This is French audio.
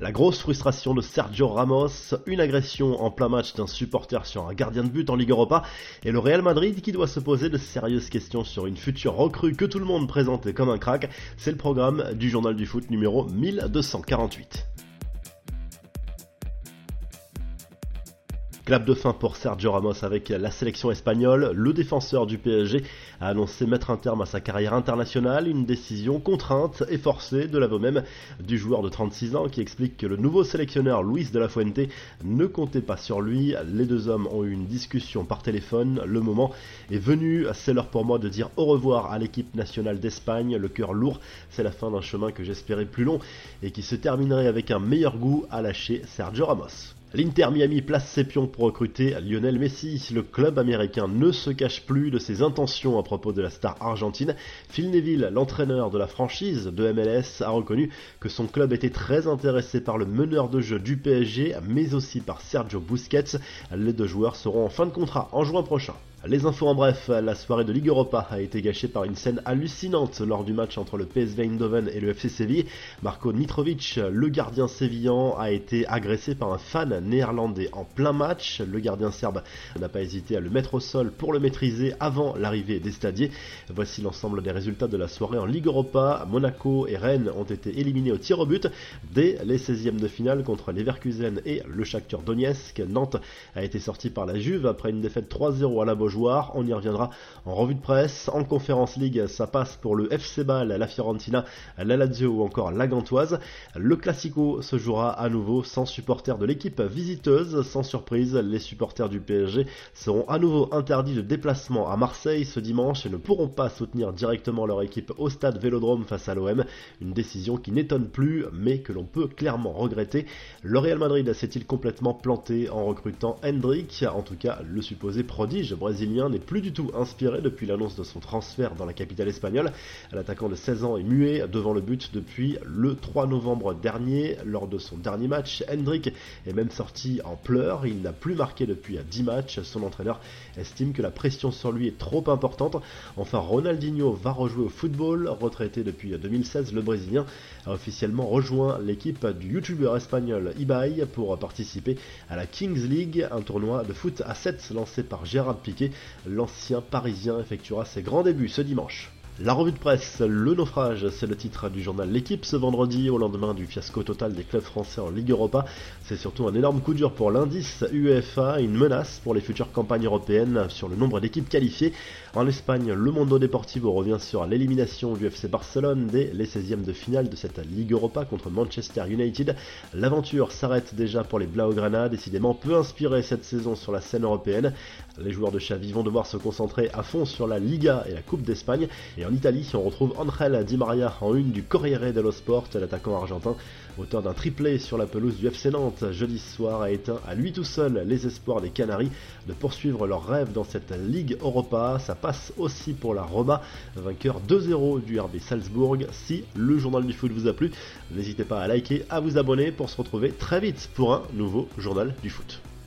La grosse frustration de Sergio Ramos, une agression en plein match d'un supporter sur un gardien de but en Ligue Europa, et le Real Madrid qui doit se poser de sérieuses questions sur une future recrue que tout le monde présentait comme un crack. C'est le programme du Journal du Foot numéro 1248. Clap de fin pour Sergio Ramos avec la sélection espagnole. Le défenseur du PSG a annoncé mettre un terme à sa carrière internationale, une décision contrainte et forcée de l'aveu même du joueur de 36 ans qui explique que le nouveau sélectionneur Luis de la Fuente ne comptait pas sur lui. Les deux hommes ont eu une discussion par téléphone. Le moment est venu, c'est l'heure pour moi de dire au revoir à l'équipe nationale d'Espagne. Le cœur lourd, c'est la fin d'un chemin que j'espérais plus long et qui se terminerait avec un meilleur goût, à lâcher Sergio Ramos. L'Inter Miami place ses pions pour recruter Lionel Messi. Le club américain ne se cache plus de ses intentions à propos de la star argentine. Phil Neville, l'entraîneur de la franchise de MLS, a reconnu que son club était très intéressé par le meneur de jeu du PSG, mais aussi par Sergio Busquets. Les deux joueurs seront en fin de contrat en juin prochain. Les infos en bref, la soirée de Ligue Europa a été gâchée par une scène hallucinante lors du match entre le PSV Eindhoven et le FC Séville. Marko Mitrovic, le gardien sévillan, a été agressé par un fan néerlandais en plein match. Le gardien serbe n'a pas hésité à le mettre au sol pour le maîtriser avant l'arrivée des stadiers. Voici l'ensemble des résultats de la soirée en Ligue Europa. Monaco et Rennes ont été éliminés au tir au but dès les 16e de finale contre Leverkusen et le Shakhtar Donetsk. Nantes a été sorti par la Juve après une défaite 3-0 à la Beaujoire. On y reviendra en revue de presse. En Conference League, ça passe pour le FC Bâle, la Fiorentina, la Lazio ou encore la Gantoise. Le Classico se jouera à nouveau sans supporters de l'équipe visiteuse. Sans surprise, les supporters du PSG seront à nouveau interdits de déplacement à Marseille ce dimanche et ne pourront pas soutenir directement leur équipe au stade Vélodrome face à l'OM. Une décision qui n'étonne plus, mais que l'on peut clairement regretter. Le Real Madrid s'est-il complètement planté en recrutant Endrick? En tout cas, le supposé prodige brésilien n'est plus du tout inspiré depuis l'annonce de son transfert dans la capitale espagnole. L'attaquant de 16 ans est muet devant le but depuis le 3 novembre dernier. Lors de son dernier match, Endrick est même sorti en pleurs. Il n'a plus marqué depuis 10 matchs. Son entraîneur estime que la pression sur lui est trop importante. Enfin, Ronaldinho va rejouer au football. Retraité depuis 2016, le Brésilien a officiellement rejoint l'équipe du youtubeur espagnol Ibai pour participer à la Kings League, un tournoi de foot à 7 lancé par Gérard Piqué. L'ancien Parisien effectuera ses grands débuts ce dimanche. La revue de presse, le naufrage, c'est le titre du journal L'Équipe ce vendredi, au lendemain du fiasco total des clubs français en Ligue Europa. C'est surtout un énorme coup dur pour l'indice UEFA, une menace pour les futures campagnes européennes sur le nombre d'équipes qualifiées. En Espagne, le Mundo Deportivo revient sur l'élimination du FC Barcelone dès les 16e de finale de cette Ligue Europa contre Manchester United. L'aventure s'arrête déjà pour les Blaugrana, décidément peu inspirés cette saison sur la scène européenne. Les joueurs de Xavi vont devoir se concentrer à fond sur la Liga et la Coupe d'Espagne. Et en Italie, on retrouve Angel Di Maria en une du Corriere dello Sport. L'attaquant argentin, auteur d'un triplé sur la pelouse du FC Nantes jeudi soir, a éteint à lui tout seul les espoirs des Canaries de poursuivre leur rêve dans cette Ligue Europa. Ça passe aussi pour la Roma, vainqueur 2-0 du RB Salzbourg. Si le journal du foot vous a plu, n'hésitez pas à liker, à vous abonner pour se retrouver très vite pour un nouveau journal du foot.